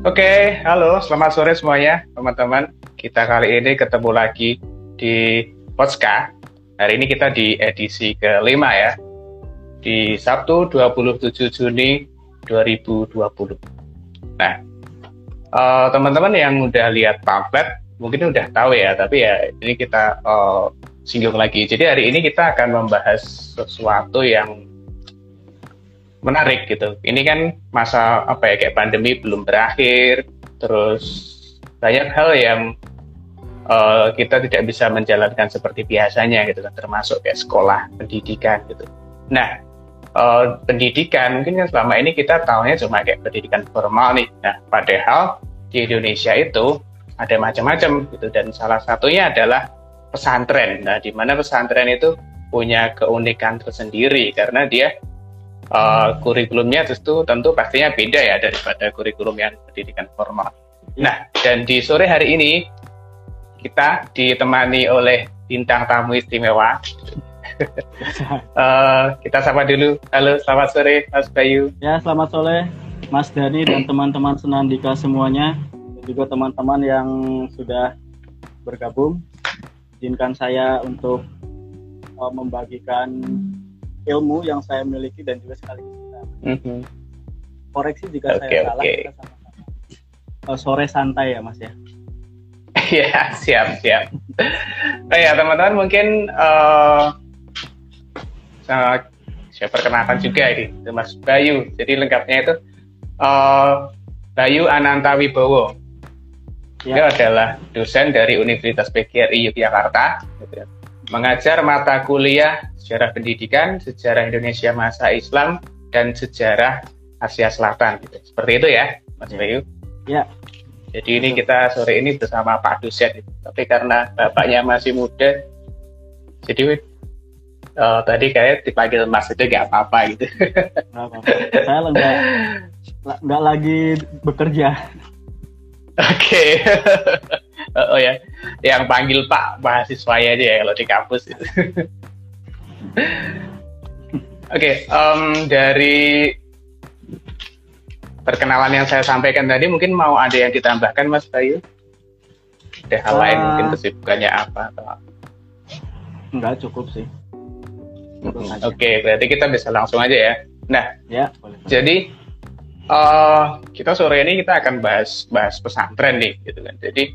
Oke, halo, selamat sore semuanya, teman-teman. Kita kali ini ketemu lagi di Podska. Hari ini kita di edisi kelima ya, di Sabtu 27 Juni 2020. Nah, teman-teman yang udah lihat pamflet, mungkin udah tahu ya, tapi ya ini kita singgung lagi. Jadi hari ini kita akan membahas sesuatu yang menarik gitu. Ini kan masa apa ya, kayak pandemi belum berakhir, terus banyak hal yang kita tidak bisa menjalankan seperti biasanya gitu kan, termasuk kayak sekolah, pendidikan gitu. Nah, pendidikan mungkin kan selama ini kita tahunya cuma kayak pendidikan formal nih. Nah, padahal di Indonesia itu ada macam-macam gitu, dan salah satunya adalah pesantren. Nah, di mana pesantren itu punya keunikan tersendiri karena dia kurikulumnya tentu pastinya beda ya daripada kurikulum yang pendidikan formal. Nah, dan di sore hari ini kita ditemani oleh bintang tamu istimewa. Kita sapa dulu. Halo, selamat sore Mas Bayu. Ya, selamat sore Mas Dani dan teman-teman Senandika semuanya, dan juga teman-teman yang sudah bergabung. Izinkan saya untuk membagikan ilmu yang saya miliki dan juga sekaligus kita koreksi jika saya salah. Kita sama-sama sore santai ya Mas ya. Ya, siap. Oh ya, teman-teman mungkin saya perkenalkan juga ini, itu Mas Bayu. Jadi lengkapnya itu Bayu Ananta Wibowo. Dia adalah dosen dari Universitas PGRI Yogyakarta, mengajar mata kuliah sejarah pendidikan, sejarah Indonesia masa Islam, dan sejarah Asia Selatan. Gitu. Seperti itu ya, Mas Bayu? Ya. Jadi ini kita sore ini bersama Pak dosen. Gitu. Tapi karena bapaknya masih muda, jadi tadi kayak dipanggil Mas itu nggak apa-apa gitu. Nggak apa-apa. Saya nggak lagi bekerja. Oke. Oh ya, yang panggil Pak mahasiswanya aja ya kalau di kampus itu. Oke, dari perkenalan yang saya sampaikan tadi, mungkin mau ada yang ditambahkan Mas Bayu? Ada hal lain mungkin kesibukannya apa? Atau... Enggak, cukup sih. Oke, berarti kita bisa langsung aja ya. Nah, ya, boleh. Jadi kita sore ini kita akan bahas pesantren nih, gitu kan. Jadi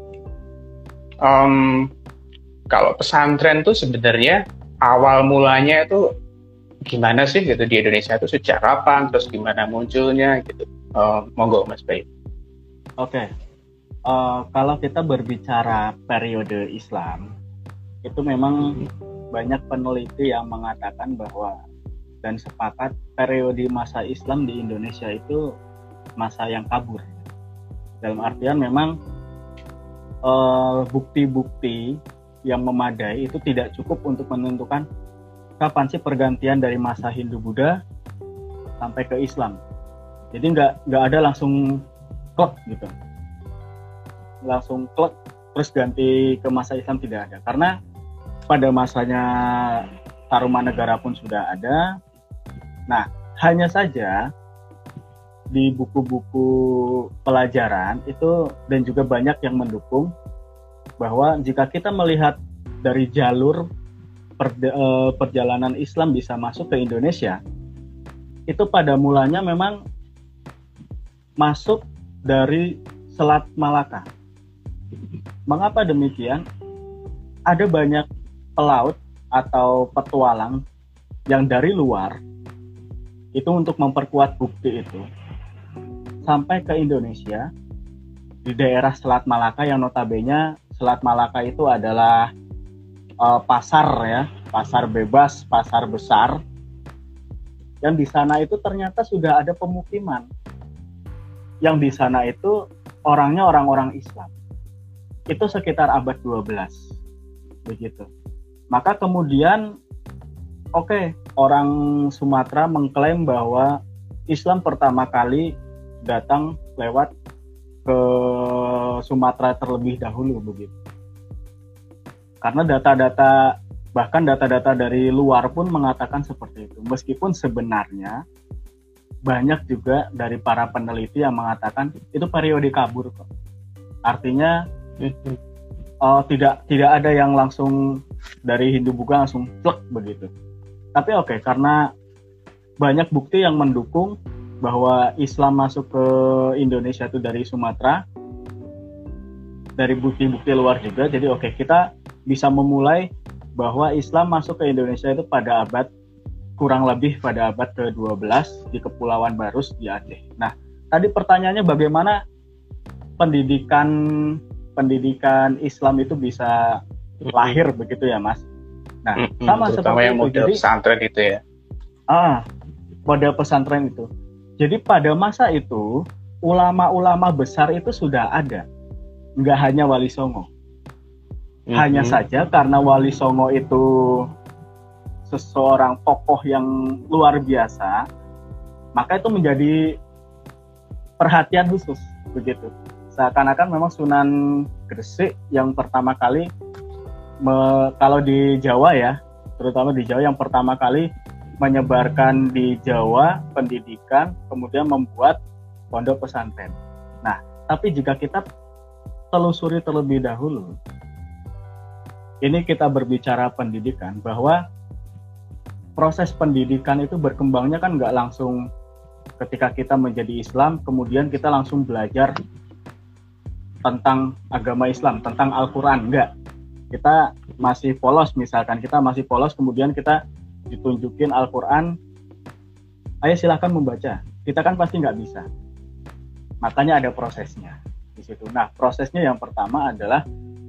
kalau pesantren tuh sebenarnya awal mulanya itu gimana sih gitu di Indonesia itu, sejak kapan, terus gimana munculnya gitu. Monggo Mas Bayu. Oke. Kalau kita berbicara periode Islam, itu memang banyak peneliti yang mengatakan bahwa dan sepakat periode masa Islam di Indonesia itu masa yang kabur. Dalam artian memang bukti-bukti yang memadai itu tidak cukup untuk menentukan kapan sih pergantian dari masa Hindu-Buddha sampai ke Islam. Jadi nggak ada langsung klek gitu, langsung klek terus ganti ke masa Islam, tidak ada. Karena pada masanya Tarumanegara pun sudah ada. Nah, hanya saja di buku-buku pelajaran itu dan juga banyak yang mendukung bahwa jika kita melihat dari jalur perjalanan Islam bisa masuk ke Indonesia, itu pada mulanya memang masuk dari Selat Malaka. Mengapa demikian? Ada banyak pelaut atau petualang yang dari luar itu untuk memperkuat bukti itu sampai ke Indonesia di daerah Selat Malaka, yang notabene Selat Malaka itu adalah pasar ya, pasar bebas, pasar besar. Dan di sana itu ternyata sudah ada pemukiman. Yang di sana itu orangnya orang-orang Islam. Itu sekitar abad 12. Begitu. Maka kemudian orang Sumatera mengklaim bahwa Islam pertama kali datang lewat ke Sumatera terlebih dahulu begitu. Karena bahkan data-data dari luar pun mengatakan seperti itu. Meskipun sebenarnya banyak juga dari para peneliti yang mengatakan itu periode kabur kok. Artinya tidak ada yang langsung dari Hindu-Buddha langsung plek begitu. Tapi oke, karena banyak bukti yang mendukung bahwa Islam masuk ke Indonesia itu dari Sumatera, dari bukti-bukti luar juga. Jadi oke, kita bisa memulai bahwa Islam masuk ke Indonesia itu pada kurang lebih pada abad ke-12 di Kepulauan Barus di Aceh. Nah, tadi pertanyaannya bagaimana pendidikan Islam itu bisa lahir begitu ya, Mas? Nah, sama seperti yang model pesantren itu ya. Model pesantren itu. Jadi pada masa itu ulama-ulama besar itu sudah ada. Nggak hanya Wali Songo. Hanya saja karena Wali Songo itu seseorang tokoh yang luar biasa, maka itu menjadi perhatian khusus begitu. Seakan-akan memang Sunan Gresik yang pertama kali kalau di Jawa ya, terutama di Jawa yang pertama kali menyebarkan di Jawa pendidikan, kemudian membuat pondok pesantren. Nah, tapi jika kita telusuri terlebih dahulu, ini kita berbicara pendidikan, bahwa proses pendidikan itu berkembangnya kan nggak langsung ketika kita menjadi Islam, kemudian kita langsung belajar tentang agama Islam, tentang Al-Quran, enggak. Kita masih polos, misalkan kita masih polos, kemudian kita ditunjukin Al-Quran, ayo silahkan membaca. Kita kan pasti nggak bisa. Makanya ada prosesnya di situ. Nah, prosesnya yang pertama adalah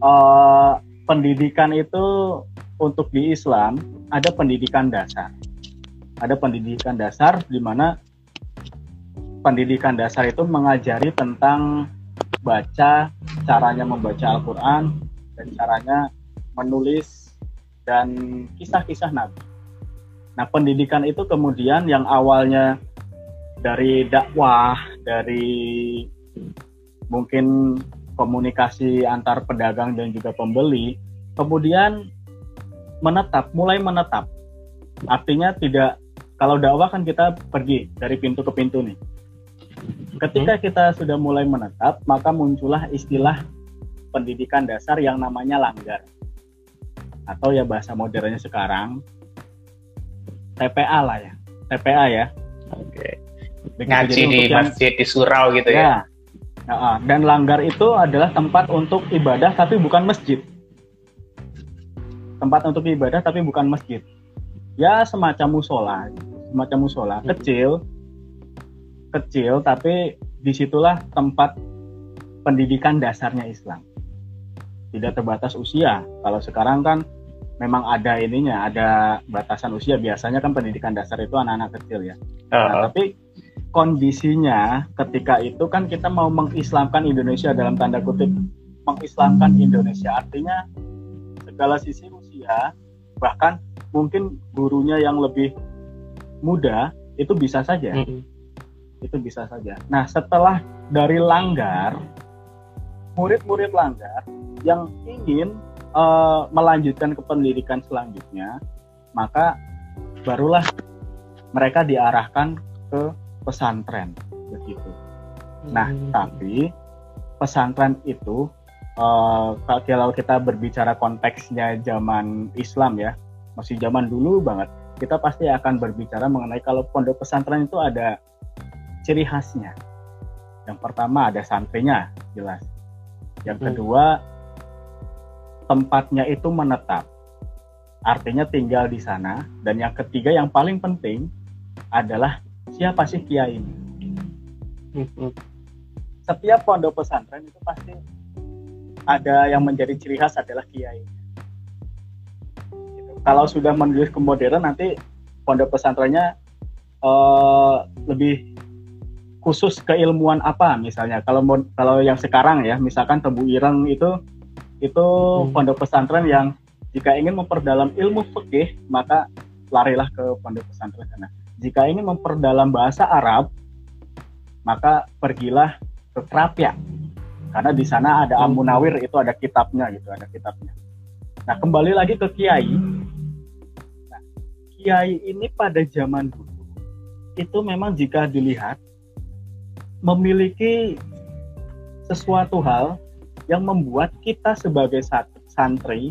pendidikan itu untuk di Islam ada pendidikan dasar. Ada pendidikan dasar di mana pendidikan dasar itu mengajari tentang baca, caranya membaca Al-Quran, dan caranya menulis, dan kisah-kisah Nabi. Nah, pendidikan itu kemudian yang awalnya dari dakwah, dari mungkin komunikasi antar pedagang dan juga pembeli, kemudian mulai menetap. Artinya tidak, kalau dakwah kan kita pergi dari pintu ke pintu nih. Ketika kita sudah mulai menetap, maka muncullah istilah pendidikan dasar yang namanya langgar. Atau ya bahasa modernnya sekarang, TPA lah ya. TPA ya. Oke. Ngaji di masjid, di surau gitu ya. Dan langgar itu adalah tempat untuk ibadah tapi bukan masjid. Tempat untuk ibadah tapi bukan masjid. Ya semacam musola, kecil, tapi disitulah tempat pendidikan dasarnya Islam. Tidak terbatas usia. Kalau sekarang kan memang ada ada batasan usia. Biasanya kan pendidikan dasar itu anak-anak kecil ya. Nah, tapi kondisinya ketika itu kan kita mau mengislamkan Indonesia, dalam tanda kutip mengislamkan Indonesia, artinya segala sisi usia, bahkan mungkin gurunya yang lebih muda itu bisa saja. Itu bisa saja. Nah, setelah dari langgar, murid-murid langgar yang ingin melanjutkan ke pendidikan selanjutnya, maka barulah mereka diarahkan ke pesantren begitu. Nah, tapi pesantren itu kalau kita berbicara konteksnya zaman Islam ya, masih zaman dulu banget, kita pasti akan berbicara mengenai kalau pondok pesantren itu ada ciri khasnya. Yang pertama ada santrinya, jelas. Yang kedua, tempatnya itu menetap. Artinya tinggal di sana. Dan yang ketiga yang paling penting adalah siapa sih kiai ini. Setiap pondok pesantren itu pasti ada yang menjadi ciri khas adalah kiai. Gitu. Kalau sudah menuju ke modern, nanti pondok pesantrennya lebih khusus keilmuan apa misalnya. Kalau yang sekarang ya, misalkan Tebu Ireng itu pondok pesantren yang jika ingin memperdalam ilmu fikih, maka larilah ke pondok pesantren sana. Jika ingin memperdalam bahasa Arab, maka pergilah ke Krapyak. Karena di sana ada Al-Munawir, itu ada kitabnya gitu, ada kitabnya. Nah, kembali lagi ke kiai. Nah, kiai ini pada zaman dulu itu memang jika dilihat memiliki sesuatu hal yang membuat kita sebagai santri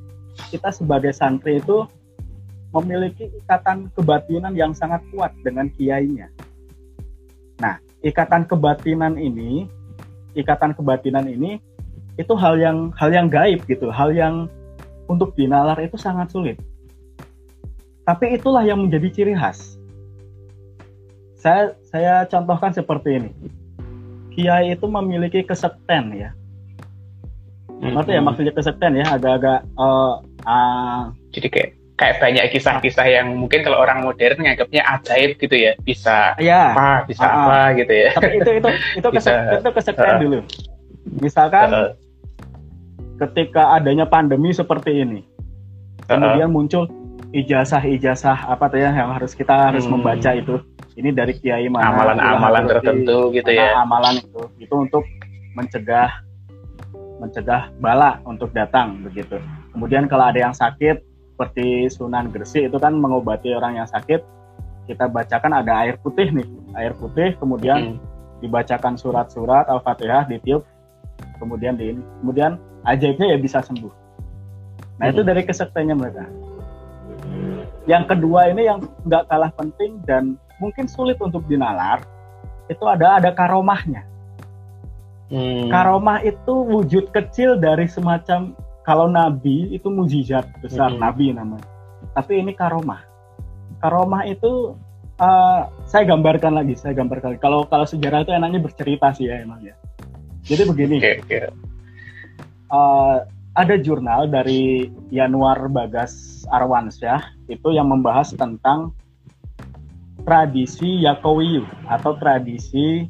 itu memiliki ikatan kebatinan yang sangat kuat dengan kiainya. Nah, ikatan kebatinan ini itu hal yang gaib gitu, hal yang untuk dinalar itu sangat sulit. Tapi itulah yang menjadi ciri khas. Saya contohkan seperti ini. Kiai itu memiliki kesekten ya. Maksudnya kesekten ya, agak-agak jadi kayak banyak kisah-kisah yang mungkin kalau orang modern nganggapnya ajaib gitu ya, bisa apa gitu ya. Tapi itu kesekten dulu. Misalkan ketika adanya pandemi seperti ini, kemudian muncul ijazah apa tuh ya yang kita harus membaca itu. Ini dari kiai mana? Amalan-amalan tertentu gitu ya. Amalan itu untuk mencegah bala untuk datang begitu. Kemudian kalau ada yang sakit seperti Sunan Gresik itu kan mengobati orang yang sakit, kita bacakan ada air putih kemudian dibacakan surat-surat Al-Fatihah, ditiup, kemudian ajaibnya ya bisa sembuh. Nah itu dari kesektennya mereka. Yang kedua ini yang nggak kalah penting dan mungkin sulit untuk dinalar, itu ada karomahnya. Karomah itu wujud kecil dari semacam, kalau nabi itu mukjizat besar, nabi namanya. Tapi ini karomah. Karomah itu saya gambarkan lagi. Kalau sejarah itu enaknya bercerita sih ya emang ya. Jadi begini. Ada jurnal dari Yanuar Bagas Arwansyah itu yang membahas tentang tradisi Yakowiyu atau tradisi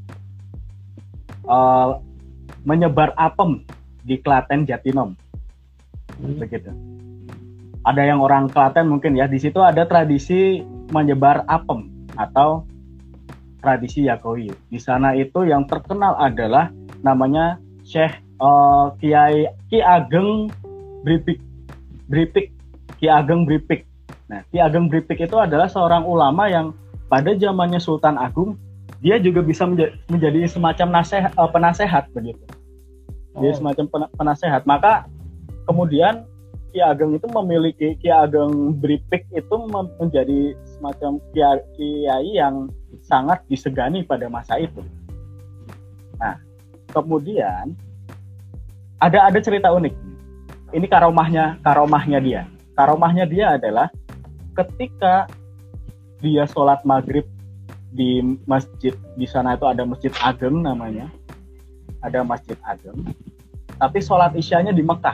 menyebar apem di Klaten Jatinom. Begitu. Ada yang orang Klaten mungkin ya, di situ ada tradisi menyebar apem atau tradisi Yakowiyu. Di sana itu yang terkenal adalah namanya Syekh Ki Ageng Bripik. Ki Ageng Bripik. Nah, Ki Ageng Bripik itu adalah seorang ulama yang pada zamannya Sultan Agung, dia juga bisa menjadi semacam penasehat begitu. Dia semacam penasehat. Maka kemudian Ki Ageng itu memiliki, Ki Ageng Bripik itu menjadi semacam kiai yang sangat disegani pada masa itu. Nah, kemudian ada cerita unik. Ini karomahnya dia. Karomahnya dia adalah ketika dia sholat maghrib di masjid, di sana itu ada Masjid Ageng namanya, ada Masjid Ageng. Tapi sholat isyanya di Mekah.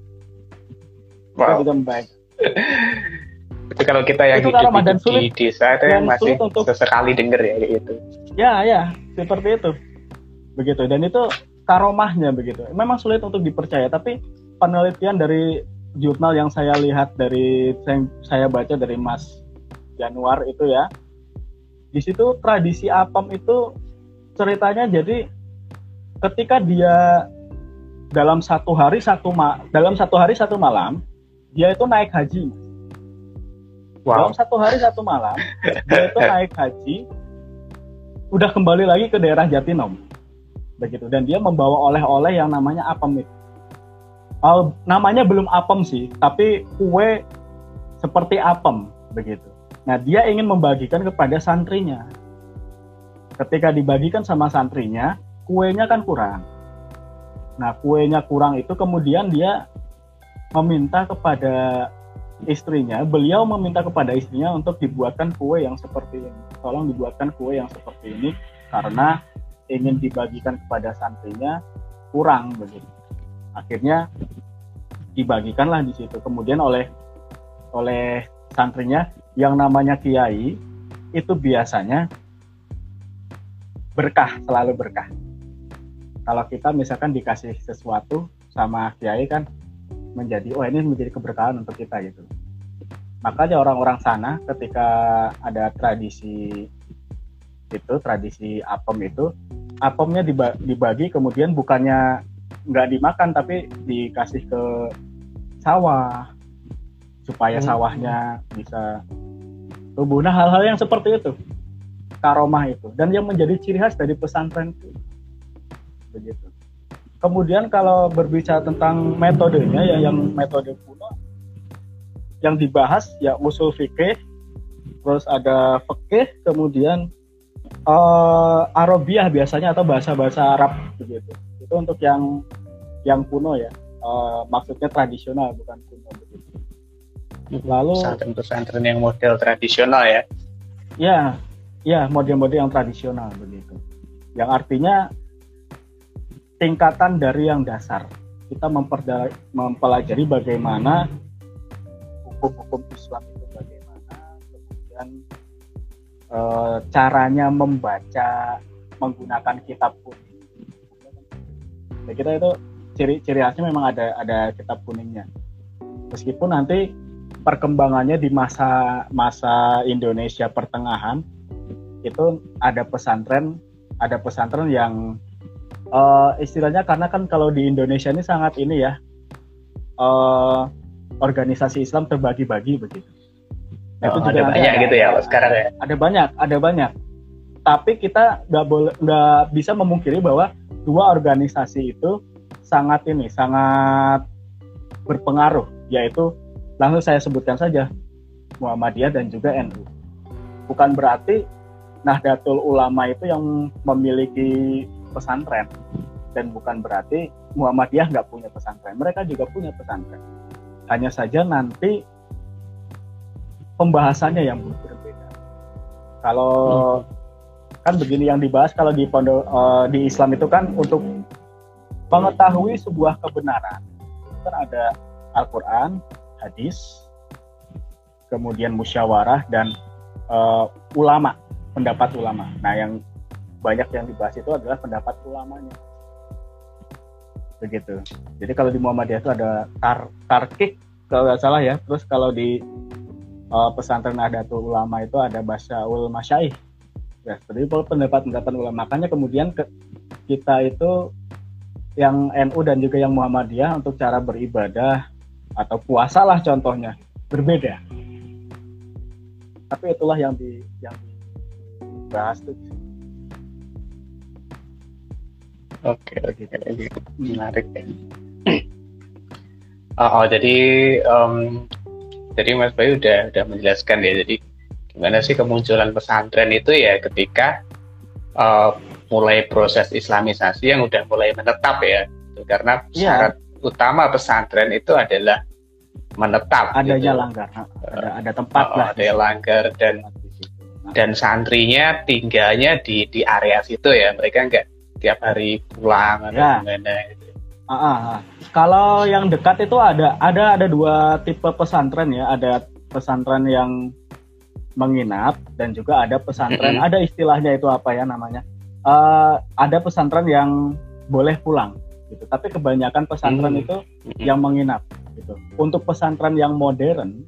Wow. Itu baik. Itu kalau kita yang itu hidup di desa itu yang masih sesekali denger ya gitu. Ya, seperti itu. Begitu. Dan itu karomahnya begitu. Memang sulit untuk dipercaya, tapi penelitian dari jurnal yang saya lihat saya baca dari Mas Januar itu ya, di situ tradisi apem itu ceritanya jadi ketika dia dalam satu hari satu malam dia itu naik haji. Wow. Dalam satu hari satu malam dia itu naik haji, udah kembali lagi ke daerah Jatinom begitu, dan dia membawa oleh-oleh yang namanya apem itu. Namanya belum apem sih, tapi kue seperti apem begitu. Nah, dia ingin membagikan kepada santrinya. Ketika dibagikan sama santrinya, kuenya kan kurang. Nah, kuenya kurang itu kemudian dia meminta kepada istrinya, beliau meminta kepada istrinya untuk dibuatkan kue yang seperti ini. Tolong dibuatkan kue yang seperti ini karena ingin dibagikan kepada santrinya kurang begitu. Akhirnya dibagikanlah di situ. Kemudian oleh santrinya yang namanya kiai itu biasanya berkah, selalu berkah. Kalau kita misalkan dikasih sesuatu sama kiai kan ini menjadi keberkahan untuk kita gitu. Makanya orang-orang sana ketika ada tradisi apem itu, apemnya dibagi kemudian bukannya nggak dimakan tapi dikasih ke sawah supaya sawahnya bisa tumbuh. Nah, hal-hal yang seperti itu karomah itu, dan yang menjadi ciri khas dari pesantren itu. Begitu. Kemudian kalau berbicara tentang metodenya, ya yang metode kuno yang dibahas ya usul fikih, terus ada fikih, kemudian Arabiah biasanya atau bahasa-bahasa Arab begitu. Itu untuk yang kuno ya, maksudnya tradisional bukan kuno begitu. Lalu pesantren yang model tradisional ya. Ya, model-model yang tradisional begitu. Yang artinya tingkatan dari yang dasar. Kita mempelajari bagaimana hukum-hukum Islam itu bagaimana, kemudian caranya membaca menggunakan kitab kuning. Saya kira itu ciri khasnya memang ada kitab kuningnya. Meskipun nanti perkembangannya di masa Indonesia pertengahan itu ada pesantren yang istilahnya, karena kan kalau di Indonesia ini sangat ini ya, organisasi Islam terbagi-bagi begitu. Nah, itu juga ada banyak gitu ya sekarang ya. Ada banyak. Tapi kita nggak bisa memungkiri bahwa dua organisasi itu sangat berpengaruh, yaitu langsung saya sebutkan saja Muhammadiyah dan juga NU. Bukan berarti Nahdlatul Ulama itu yang memiliki pesantren, dan bukan berarti Muhammadiyah nggak punya pesantren. Mereka juga punya pesantren. Hanya saja nanti pembahasannya yang berbeda. Kalau kan begini yang dibahas kalau di di Islam itu kan untuk mengetahui sebuah kebenaran kan ada Al-Quran, hadis, kemudian musyawarah dan ulama, pendapat ulama. Nah, yang banyak yang dibahas itu adalah pendapat ulamanya. Begitu. Jadi kalau di Muhammadiyah itu ada tarkik kalau nggak salah ya. Terus kalau di pesantren Nahdlatul Ulama itu ada Basyaul Masyaikh. Ya, seperti itu pendapat ulama. Makanya kemudian kita itu yang NU dan juga yang Muhammadiyah untuk cara beribadah atau puasa lah contohnya berbeda. Tapi itulah yang dibahas tuh. Oke, menarik ya. Jadi Mas Bayu udah menjelaskan ya. Jadi gimana sih kemunculan pesantren itu ya ketika mulai proses Islamisasi yang udah mulai menetap ya. Gitu. Karena syarat utama pesantren itu adalah menetap. Adanya gitu. Langgar, ada tempat lah. Ada langgar dan santrinya tinggalnya di area situ ya. Mereka nggak tiap hari pulang atau gimana gitu. Kalau yang dekat itu ada dua tipe pesantren ya. Ada pesantren yang menginap dan juga ada pesantren, ada istilahnya itu apa ya namanya? Ada pesantren yang boleh pulang gitu. Tapi kebanyakan pesantren itu yang menginap gitu. Untuk pesantren yang modern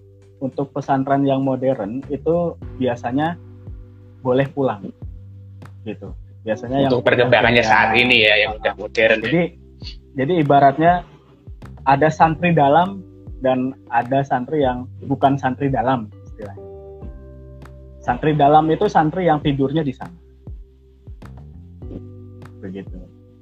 itu biasanya boleh pulang gitu. Biasanya untuk perkembangannya saat ini ya yang udah modern. Jadi ibaratnya ada santri dalam dan ada santri yang bukan santri dalam istilahnya. Santri dalam itu santri yang tidurnya di sana. Begitu.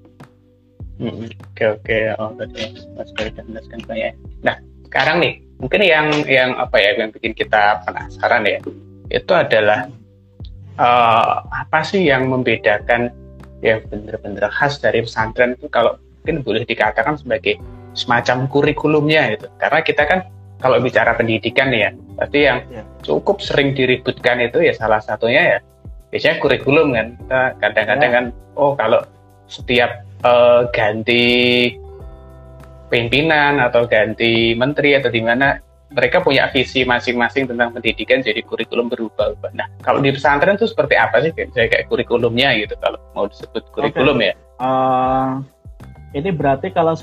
Oke. Tadi Mas Bayu sudah menjelaskan banyak. Nah, sekarang nih, mungkin yang apa ya yang bikin kita penasaran ya, itu adalah apa sih yang membedakan yang benar-benar khas dari pesantren itu, kalau mungkin boleh dikatakan sebagai semacam kurikulumnya gitu. Karena kita kan kalau bicara pendidikan ya, pasti yang cukup sering diributkan itu ya salah satunya ya biasanya kurikulum kan. Kita kadang-kadang kan kalau setiap ganti pimpinan atau ganti menteri atau di mana mereka punya visi masing-masing tentang pendidikan, jadi kurikulum berubah-ubah. Nah, kalau di pesantren itu seperti apa sih kayak kurikulumnya gitu kalau mau disebut kurikulum ya? Ini berarti kalau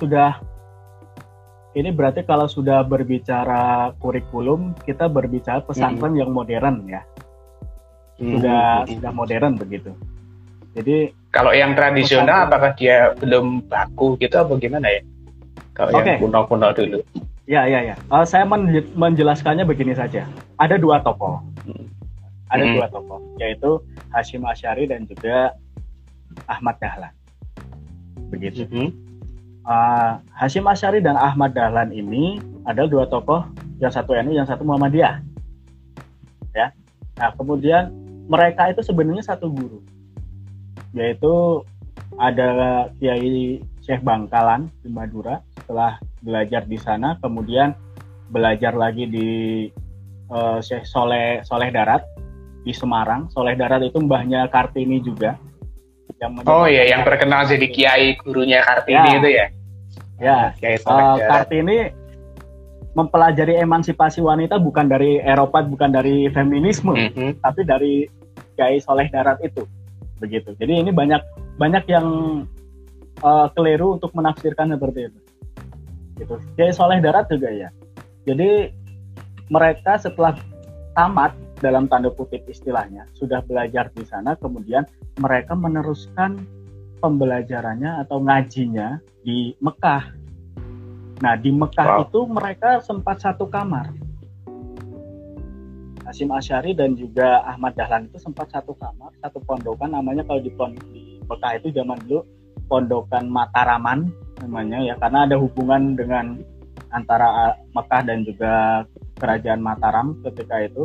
sudah berbicara kurikulum, kita berbicara pesantren yang modern ya. Sudah modern begitu. Jadi kalau yang tradisional apakah dia belum baku gitu atau gimana ya? Kalau yang kuno-kuno dulu. Ya. Saya menjelaskannya begini saja. Ada dua tokoh. Yaitu Hasyim Asy'ari dan juga Ahmad Dahlan. Begitu. Hasyim Asy'ari dan Ahmad Dahlan ini adalah dua tokoh, yang satu NU, yang satu Muhammadiyah. Ya. Nah, kemudian mereka itu sebenarnya satu guru, yaitu ada Kiai Syekh Bangkalan di Madura. Setelah belajar di sana, kemudian belajar lagi di Syekh Soleh Darat di Semarang. Soleh Darat itu mbahnya Kartini juga. Yang terkenal jadi kiai gurunya Kartini itu ya. Ya, Kartini mempelajari emansipasi wanita bukan dari Eropa, bukan dari feminisme, tapi dari Kiai Soleh Darat itu, begitu. Jadi ini banyak yang keliru untuk menafsirkan seperti itu. Gitu. Kiai Soleh Darat juga ya. Jadi mereka setelah tamat dalam tanda kutip istilahnya, sudah belajar di sana, kemudian mereka meneruskan pembelajarannya atau ngajinya di Mekah. Nah, di Mekah itu mereka sempat satu kamar. Hasyim Asy'ari dan juga Ahmad Dahlan itu sempat satu kamar, satu pondokan, namanya kalau di Mekah itu zaman dulu Pondokan Mataraman namanya ya, karena ada hubungan dengan antara Mekah dan juga Kerajaan Mataram ketika itu.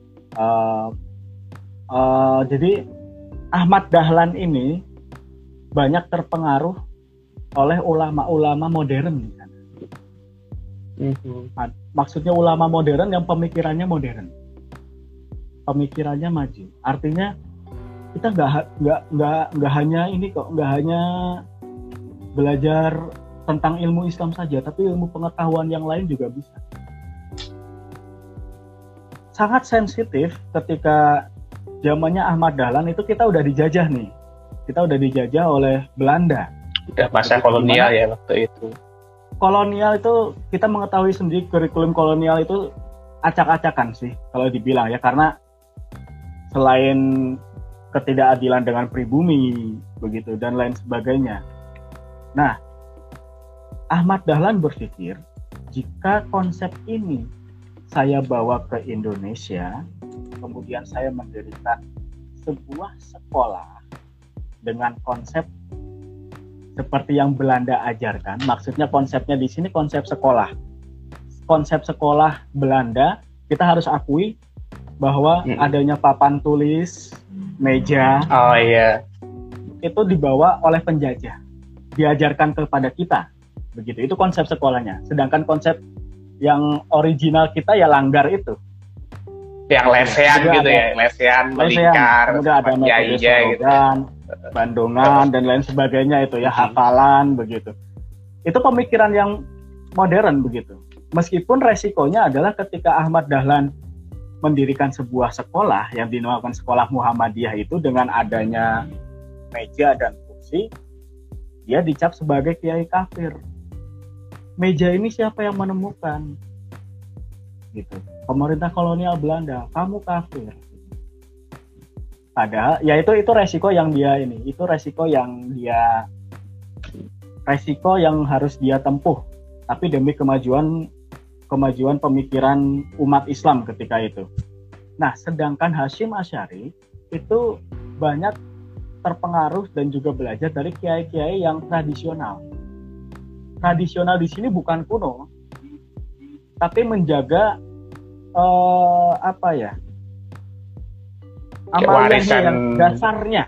Jadi Ahmad Dahlan ini banyak terpengaruh oleh ulama-ulama modern di sana. Maksudnya ulama modern yang pemikirannya modern, pemikirannya maju. Artinya kita nggak hanya ini kok, nggak hanya belajar tentang ilmu Islam saja, tapi ilmu pengetahuan yang lain juga bisa. Sangat sensitif ketika zamannya Ahmad Dahlan itu kita udah dijajah nih. Kita udah dijajah oleh Belanda. Udah masa kolonial ya waktu itu. Kolonial itu kita mengetahui sendiri, kurikulum kolonial itu acak-acakan sih kalau dibilang ya, karena selain ketidakadilan dengan pribumi begitu dan lain sebagainya. Nah, Ahmad Dahlan berpikir jika konsep ini saya bawa ke Indonesia, kemudian saya mendirikan sebuah sekolah dengan konsep seperti yang Belanda ajarkan. Maksudnya konsepnya di sini konsep sekolah. Konsep sekolah Belanda, kita harus akui bahwa adanya papan tulis, meja. Oh iya. Itu dibawa oleh penjajah. Diajarkan kepada kita. Begitu. Itu konsep sekolahnya. Sedangkan konsep yang original kita ya langgar itu. Yang lesehan gitu ya, lesehan, melingkar, kemudian ada metode slogan, bandongan dan lain sebagainya itu ya, hafalan begitu. Itu pemikiran yang modern begitu. Meskipun resikonya adalah ketika Ahmad Dahlan mendirikan sebuah sekolah yang dinamakan Sekolah Muhammadiyah itu dengan adanya meja dan kursi, dia dicap sebagai kiai kafir. Meja ini siapa yang menemukan? Gitu. Pemerintah kolonial Belanda, kamu kafir. Padahal ya itu resiko yang dia resiko yang harus dia tempuh, tapi demi kemajuan pemikiran umat Islam ketika itu. Nah, sedangkan Hasyim Asy'ari itu banyak terpengaruh dan juga belajar dari kiai-kiai yang tradisional. Tradisional di sini bukan kuno, tapi menjaga amaliyahnya yang dasarnya.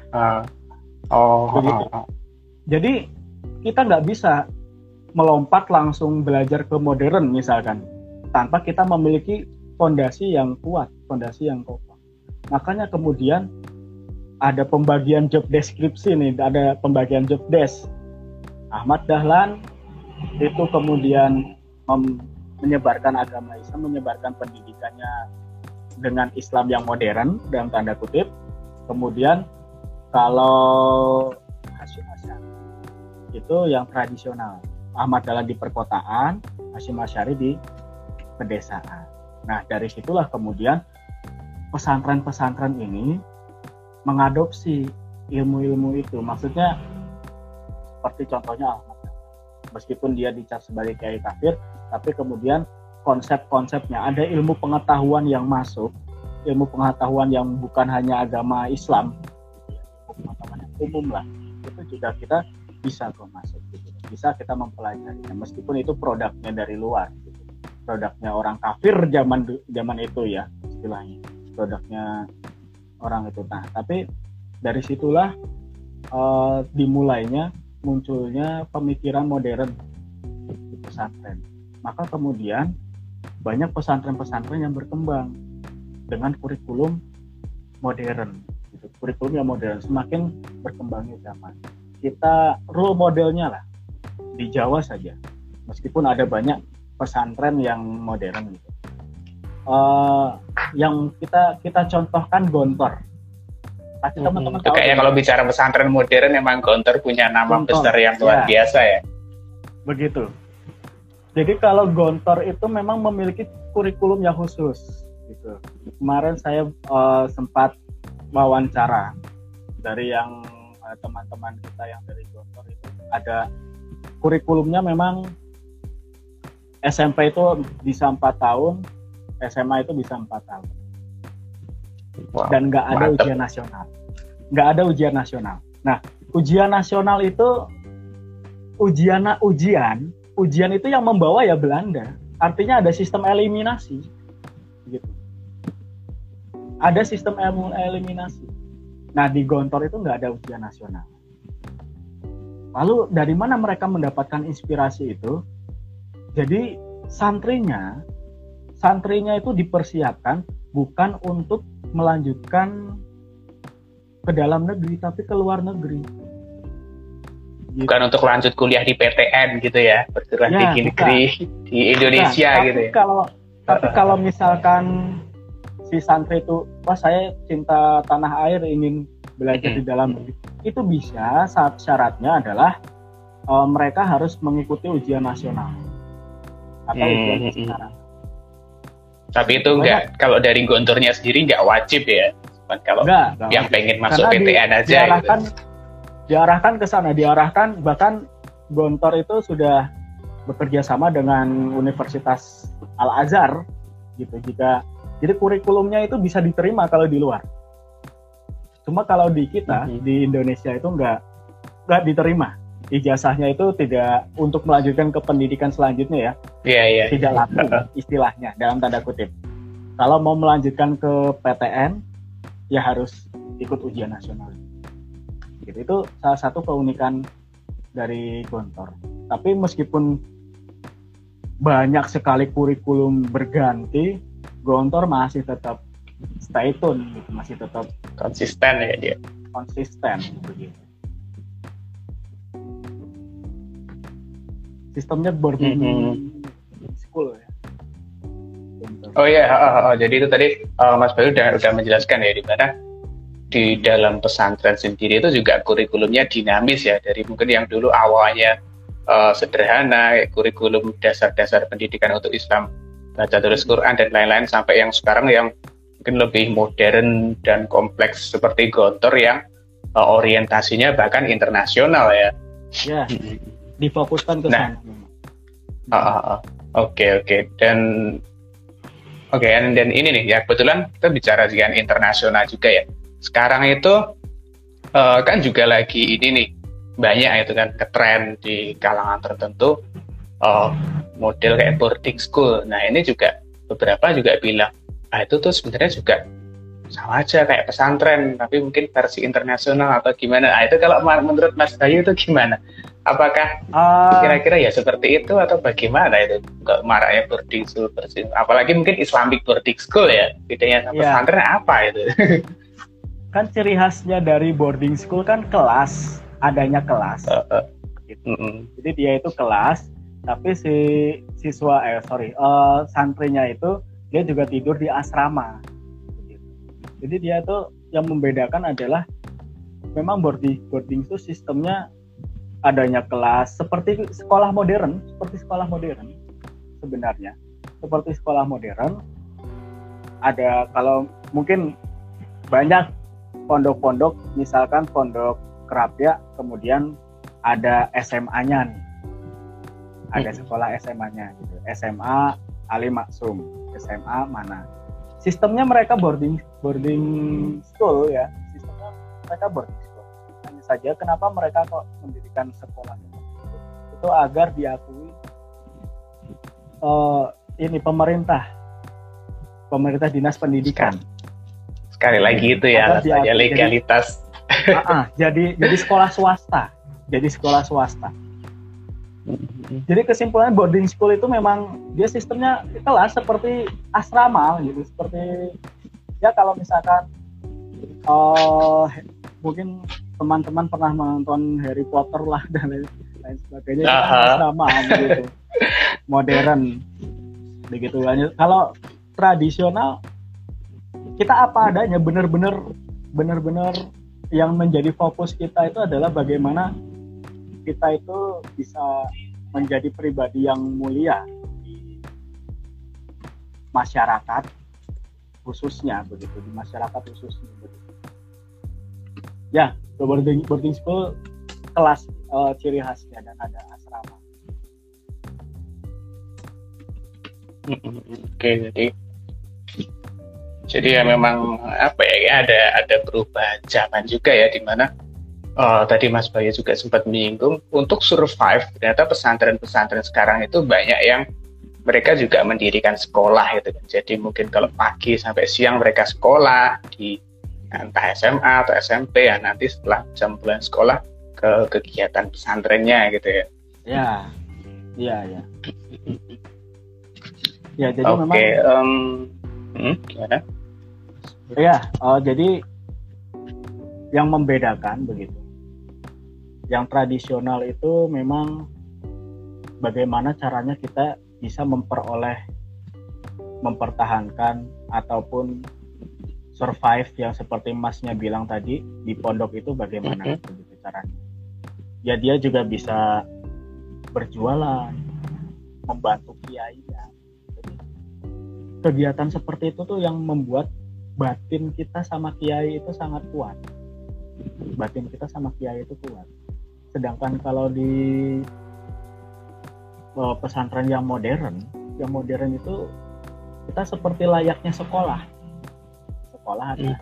Jadi kita nggak bisa melompat langsung belajar ke modern misalkan tanpa kita memiliki fondasi yang kuat, fondasi yang kokoh. Makanya kemudian ada pembagian job deskripsi nih, ada pembagian job desk. Ahmad Dahlan itu kemudian menyebarkan agama Islam, menyebarkan pendidikannya dengan Islam yang modern dalam tanda kutip. Kemudian kalau Hasyim Asy'ari itu yang tradisional. Ahmad Dahlan di perkotaan, Hasyim Asy'ari di pedesaan. Nah, dari situlah kemudian pesantren-pesantren ini mengadopsi ilmu-ilmu itu. Maksudnya seperti contohnya Ahmad Dahlan. Meskipun dia dicap sebagai kiai kafir, tapi kemudian konsep-konsepnya ada ilmu pengetahuan yang masuk, ilmu pengetahuan yang bukan hanya agama Islam, umum lah, itu juga kita bisa kok masuk gitu. Bisa kita mempelajarinya meskipun itu produknya dari luar gitu. Produknya orang kafir zaman itu ya istilahnya, produknya orang itu. Nah tapi dari situlah dimulainya munculnya pemikiran modern di pesantren. Maka kemudian banyak pesantren-pesantren yang berkembang dengan kurikulum modern gitu. Kurikulum yang modern, semakin berkembangnya zaman. Kita role modelnya lah di Jawa saja, meskipun ada banyak pesantren yang modern gitu. Yang kita contohkan Gontor. Pasti teman-teman tahu. Kayaknya kalau bicara pesantren modern memang Gontor punya nama besar yang luar biasa ya. Begitu. Jadi kalau Gontor itu memang memiliki kurikulum yang khusus gitu. Kemarin saya sempat wawancara dari yang teman-teman kita yang dari Gontor itu, ada kurikulumnya memang SMP itu bisa 4 tahun, SMA itu bisa 4 tahun. Wow, dan nggak ada ujian nasional. Nggak ada ujian nasional. Nah, ujian nasional itu ujian itu yang membawa ya Belanda. Artinya ada sistem eliminasi. Gitu. Ada sistem eliminasi. Nah, di Gontor itu nggak ada ujian nasional. Lalu dari mana mereka mendapatkan inspirasi itu? Jadi santrinya itu dipersiapkan bukan untuk melanjutkan ke dalam negeri, tapi ke luar negeri. Gitu. Bukan untuk lanjut kuliah di PTN gitu ya, perguruan tinggi negeri di Indonesia bukan. Gitu ya. Tapi kalau misalkan si santri itu, wah saya cinta tanah air, ingin belajar di dalam negeri, itu bisa, saat syaratnya adalah mereka harus mengikuti ujian nasional atau ujian sekarang. Tapi itu enggak, kalau dari Gontornya sendiri enggak wajib ya, cuman kalau enggak yang pengen masuk PTN aja diarahkan ke sana, bahkan Gontor itu sudah bekerja sama dengan Universitas Al-Azhar gitu. Jadi kurikulumnya itu bisa diterima kalau di luar. Cuma kalau di kita di Indonesia itu enggak diterima. Ijazahnya itu tidak untuk melanjutkan ke pendidikan selanjutnya ya. Iya. Tidak laku istilahnya dalam tanda kutip. Kalau mau melanjutkan ke PTN ya harus ikut ujian nasional. Gitu. Itu salah satu keunikan dari Gontor. Tapi meskipun banyak sekali kurikulum berganti, Gontor masih tetap stay tune gitu, masih tetap konsisten ya dia. Konsisten begitu. Sistemnya boarding school ya. Oh iya, jadi itu tadi Mas Bayu udah menjelaskan ya, di mana di dalam pesantren sendiri itu juga kurikulumnya dinamis ya, dari mungkin yang dulu awalnya sederhana, kurikulum dasar-dasar pendidikan untuk Islam, baca tulis Quran dan lain-lain, sampai yang sekarang yang mungkin lebih modern dan kompleks seperti Gontor yang orientasinya bahkan internasional ya. Ya. Difokuskan ke sana. Oke. Dan ini nih ya, kebetulan kita bicara dengan internasional juga ya. Sekarang itu kan juga lagi ini nih, banyak itu kan ketren di kalangan tertentu model kayak boarding school. Nah ini juga beberapa juga bilang, itu tuh sebenarnya juga sama aja kayak pesantren, tapi mungkin versi internasional atau gimana. Nah itu kalau menurut Mas Bayu itu gimana? Apakah kira-kira ya seperti itu atau bagaimana itu maraknya boarding school, apalagi mungkin Islamic boarding school ya, bedanya sama pesantren apa itu? Kan ciri khasnya dari boarding school kan adanya kelas. Gitu. Jadi dia itu kelas, tapi si santrinya itu dia juga tidur di asrama. Gitu. Jadi dia itu yang membedakan adalah memang boarding itu sistemnya adanya kelas seperti sekolah modern sebenarnya. Seperti sekolah modern, ada, kalau mungkin banyak pondok-pondok, misalkan pondok Kerapia, kemudian ada SMA-nya nih. Ada sekolah SMA-nya gitu. SMA Ali Maksum, SMA mana. Sistemnya mereka boarding school ya. Sistemnya mereka boarding school. Hanya saja kenapa mereka kok mendirikan sekolah itu agar diakui ini pemerintah dinas pendidikan. Sekali lagi itu ya alasannya legalitas. Jadi sekolah swasta. Jadi kesimpulannya boarding school itu memang dia sistemnya kelas seperti asrama gitu, seperti ya kalau misalkan mungkin teman-teman pernah menonton Harry Potter lah dan lain sebagainya, itu kan asrama gitu, modern begitu. Kalau tradisional kita apa adanya, benar-benar yang menjadi fokus kita itu adalah bagaimana kita itu bisa menjadi pribadi yang mulia di masyarakat khususnya begitu, di masyarakat khususnya begitu. Ya, boarding school kelas ciri khasnya dan ada asrama. Oke, jadi ya memang apa ya, ada perubahan zaman juga ya, di mana tadi Mas Bayu juga sempat menyinggung untuk survive. Ternyata pesantren-pesantren sekarang itu banyak yang mereka juga mendirikan sekolah gitu kan. Jadi mungkin kalau pagi sampai siang mereka sekolah di entah SMA atau SMP, ya nanti setelah jam pulang sekolah ke kegiatan pesantrennya gitu ya. Iya. Ya, jadi memang gimana? Ya, jadi yang membedakan begitu. Yang tradisional itu memang bagaimana caranya kita bisa mempertahankan ataupun survive yang seperti Masnya bilang tadi di pondok itu bagaimana begitu caranya. Ya dia juga bisa berjualan, membantu kiai ya. Jadi, kegiatan seperti itu tuh yang membuat batin kita sama kiai itu sangat kuat. Sedangkan kalau di pesantren yang modern itu kita seperti layaknya sekolah ada.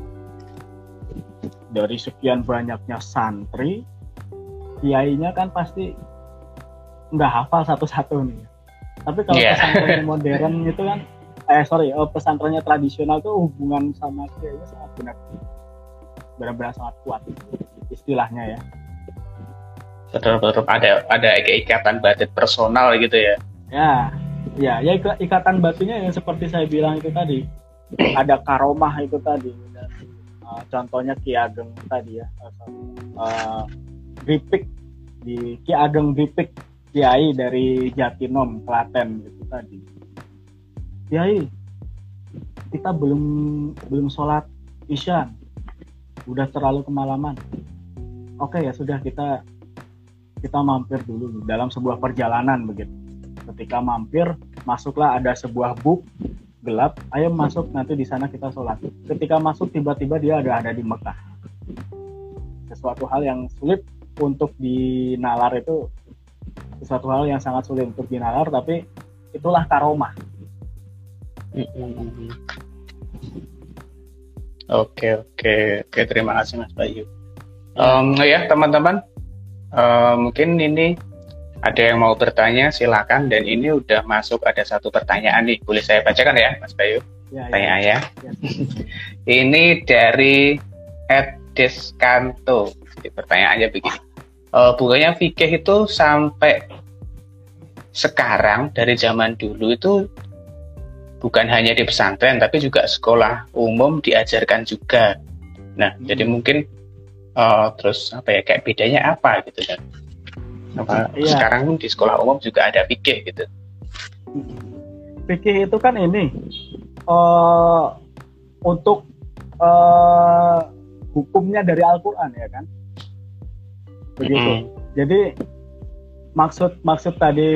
Dari sekian banyaknya santri, kiainya kan pasti nggak hafal satu-satu nih. Tapi kalau pesantren modern itu kan pesantrennya tradisional tuh hubungan sama kiainya sangat benar-benar sangat kuat istilahnya ya. Betul ada ikatan batin personal gitu ya. Ya ikatan batinnya yang seperti saya bilang itu tadi, ada karomah itu tadi. Contohnya Ki Ageng tadi ya, Gripik di Ki Ageng Gripik, kiai dari Jatinom Klaten gitu tadi. Kiai, kita belum sholat isya, udah terlalu kemalaman. Oke ya sudah, kita mampir dulu dalam sebuah perjalanan begitu. Ketika mampir, masuklah ada sebuah buk gelap, ayo masuk, nanti di sana kita sholat. Ketika masuk tiba-tiba dia ada di Mekah. Sesuatu hal yang sulit untuk dinalar, itu sesuatu hal yang sangat sulit untuk dinalar, tapi itulah karomah. Oke, terima kasih Mas Bayu. Ya teman-teman, mungkin ini ada yang mau bertanya, silakan. Dan ini udah masuk, ada satu pertanyaan nih, boleh saya bacakan ya Mas Bayu? Pertanyaannya. Ini dari @deskanto. Pertanyaannya begini, bukannya fikih itu sampai sekarang, dari zaman dulu itu bukan hanya di pesantren tapi juga sekolah umum diajarkan juga. Nah, jadi mungkin terus apa ya, kayak bedanya apa gitu kan? Sekarang di sekolah umum juga ada fikih gitu. Fikih itu kan ini untuk hukumnya dari Al-Quran ya kan, begitu. Jadi maksud tadi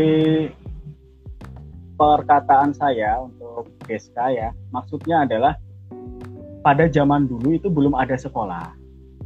perkataan saya untuk Deska ya, maksudnya adalah pada zaman dulu itu belum ada sekolah.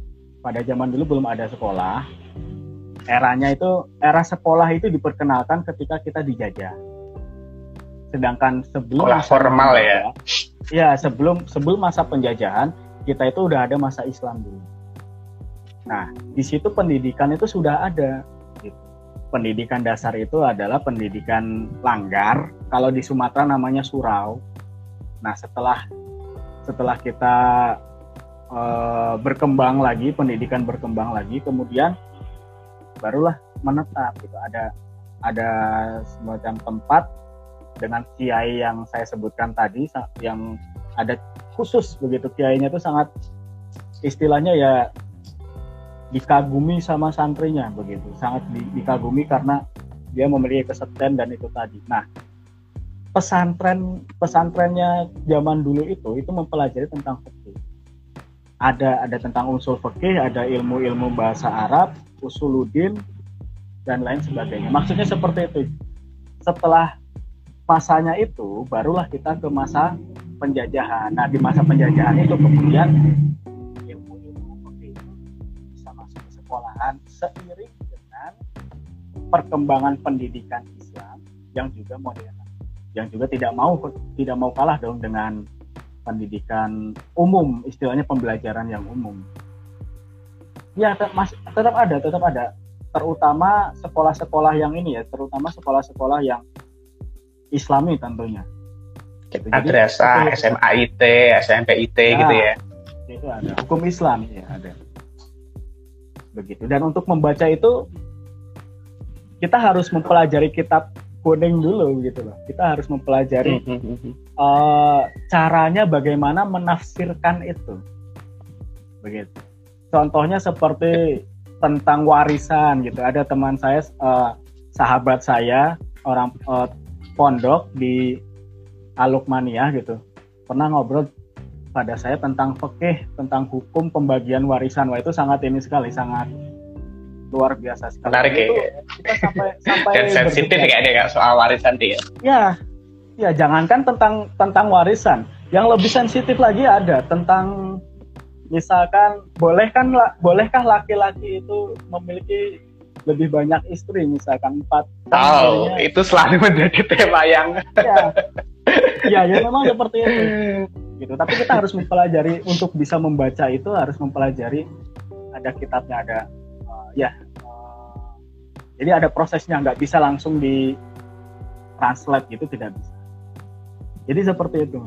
Era sekolah itu diperkenalkan ketika kita dijajah. Sedangkan sebelum sekolah formal ya. Ya, sebelum masa penjajahan kita itu udah ada masa Islam dulu. Nah, di situ pendidikan itu sudah ada. Gitu. Pendidikan dasar itu adalah pendidikan langgar. Kalau di Sumatera namanya surau. Nah, setelah kita berkembang lagi, pendidikan berkembang lagi, kemudian barulah menetap. Gitu. Ada semacam tempat dengan kiai yang saya sebutkan tadi, yang ada khusus begitu. Kiainya itu sangat, istilahnya ya, dikagumi sama santrinya begitu, sangat dikagumi karena dia memiliki kesetiaan dan itu tadi. Nah, pesantrennya zaman dulu itu mempelajari tentang fikih. Ada tentang usul fikih, ada ilmu-ilmu bahasa Arab, usuluddin dan lain sebagainya. Maksudnya seperti itu. Setelah masanya itu barulah kita ke masa penjajahan. Nah, di masa penjajahan itu kemudian sekolahan seiring dengan perkembangan pendidikan Islam yang juga modern, yang juga tidak mau kalah dong dengan pendidikan umum, istilahnya pembelajaran yang umum. Ya, tetap ada, terutama sekolah-sekolah yang ini ya, terutama sekolah-sekolah yang Islami tentunya. Madrasah, SMAIT, SMPIT ya, gitu ya. Itu ada. Hukum Islam ya ada. Begitu. Dan untuk membaca itu kita harus mempelajari kitab kuning dulu gitu loh. Kita harus mempelajari caranya bagaimana menafsirkan itu. Begitu. Contohnya seperti tentang warisan gitu. Ada teman saya, sahabat saya, orang pondok di Alukmania gitu. Pernah ngobrol pada saya tentang fikih, tentang hukum pembagian warisan. Wah, itu sangat ini sekali, sangat luar biasa sekali. Menarik ya. Kita sampai dan sensitif kayaknya nggak soal warisan dia. Ya, jangankan tentang warisan, yang lebih sensitif lagi ada tentang misalkan bolehkah laki-laki itu memiliki lebih banyak istri, misalkan 4. Itu selalu menjadi tema yang ya memang seperti itu. Gitu. Tapi kita harus mempelajari, untuk bisa membaca itu harus mempelajari, ada kitabnya, ada jadi ada prosesnya, nggak bisa langsung di translate gitu, tidak bisa. Jadi seperti itu.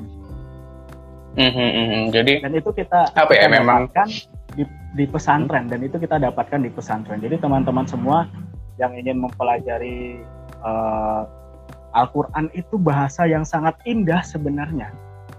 Jadi dan itu kita memang dapatkan di pesantren, dan itu kita dapatkan di pesantren. Jadi teman-teman semua yang ingin mempelajari Al-Quran, itu bahasa yang sangat indah sebenarnya.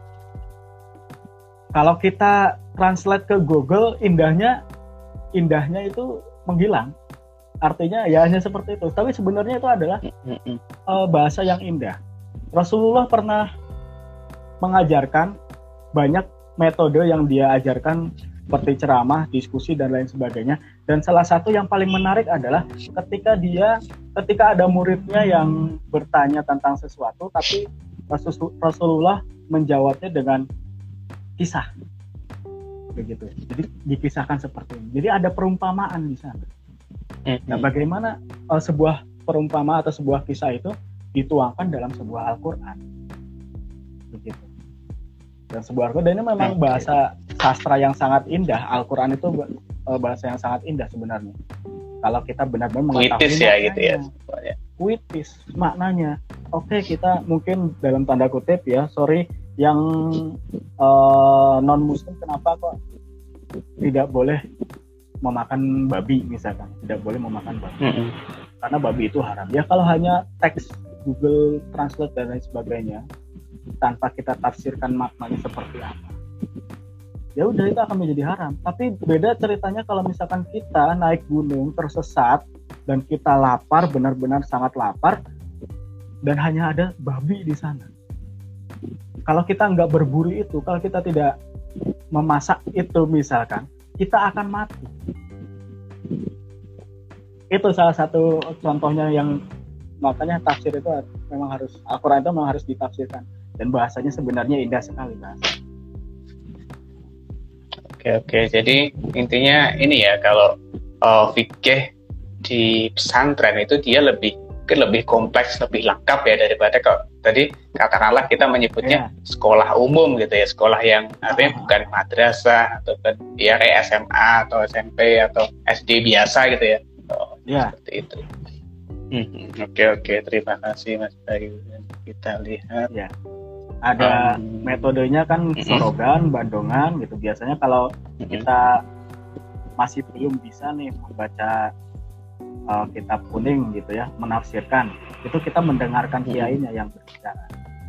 Kalau kita translate ke Google, indahnya itu menghilang. Artinya ya hanya seperti itu. Tapi sebenarnya itu adalah bahasa yang indah. Rasulullah pernah mengajarkan banyak metode yang dia ajarkan, seperti ceramah, diskusi dan lain sebagainya. Dan salah satu yang paling menarik adalah ketika ada muridnya yang bertanya tentang sesuatu, tapi Rasulullah menjawabnya dengan kisah, begitu. Jadi dikisahkan seperti ini. Jadi ada perumpamaan di sana. Nah, bagaimana sebuah perumpamaan atau sebuah kisah itu dituangkan dalam sebuah Al-Quran, begitu. Dan sebuah Al-Quran ini memang bahasa sastra yang sangat indah. Al-Quran itu bahasa yang sangat indah sebenarnya. Kalau kita benar-benar mengetahui puitis ya, gitu ya. Puitis maknanya. Oke, kita mungkin dalam tanda kutip ya, yang non muslim kenapa kok tidak boleh memakan babi, misalkan tidak boleh memakan babi karena babi itu haram. Ya kalau hanya teks Google Translate dan lain sebagainya tanpa kita tafsirkan maknanya seperti apa, ya udah itu akan menjadi haram. Tapi beda ceritanya kalau misalkan kita naik gunung tersesat dan kita lapar, benar-benar sangat lapar, dan hanya ada babi di sana. Kalau kita nggak berburu itu, kalau kita tidak memasak itu misalkan, kita akan mati. Itu salah satu contohnya, yang makanya tafsir itu memang harus, Al-Quran itu memang harus ditafsirkan, dan bahasanya sebenarnya indah sekali bahasa. Oke, jadi intinya ini ya, kalau fikih di pesantren itu dia lebih mungkin lebih kompleks, lebih lengkap ya daripada kalau tadi katakanlah kita menyebutnya sekolah umum gitu ya, sekolah yang artinya bukan madrasah atau ya kayak SMA atau SMP atau SD biasa gitu ya. Seperti itu. Oke, terima kasih Mas Bayu. Kita lihat ya. Ada metodenya kan sorogan, bandongan gitu. Biasanya kalau kita masih belum bisa nih membaca kitab kuning gitu ya, menafsirkan, itu kita mendengarkan kiainya yang berbicara.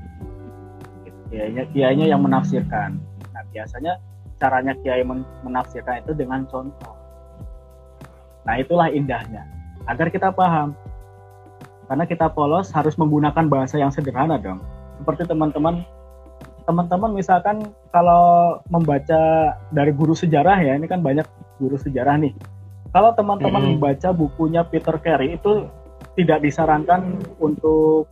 Kiainya yang menafsirkan. Nah, biasanya caranya kiai menafsirkan itu dengan contoh. Nah, itulah indahnya. Agar kita paham. Karena kita polos harus menggunakan bahasa yang sederhana dong. Seperti teman-teman misalkan kalau membaca dari guru sejarah ya, ini kan banyak guru sejarah nih. Kalau teman-teman membaca bukunya Peter Carey itu tidak disarankan untuk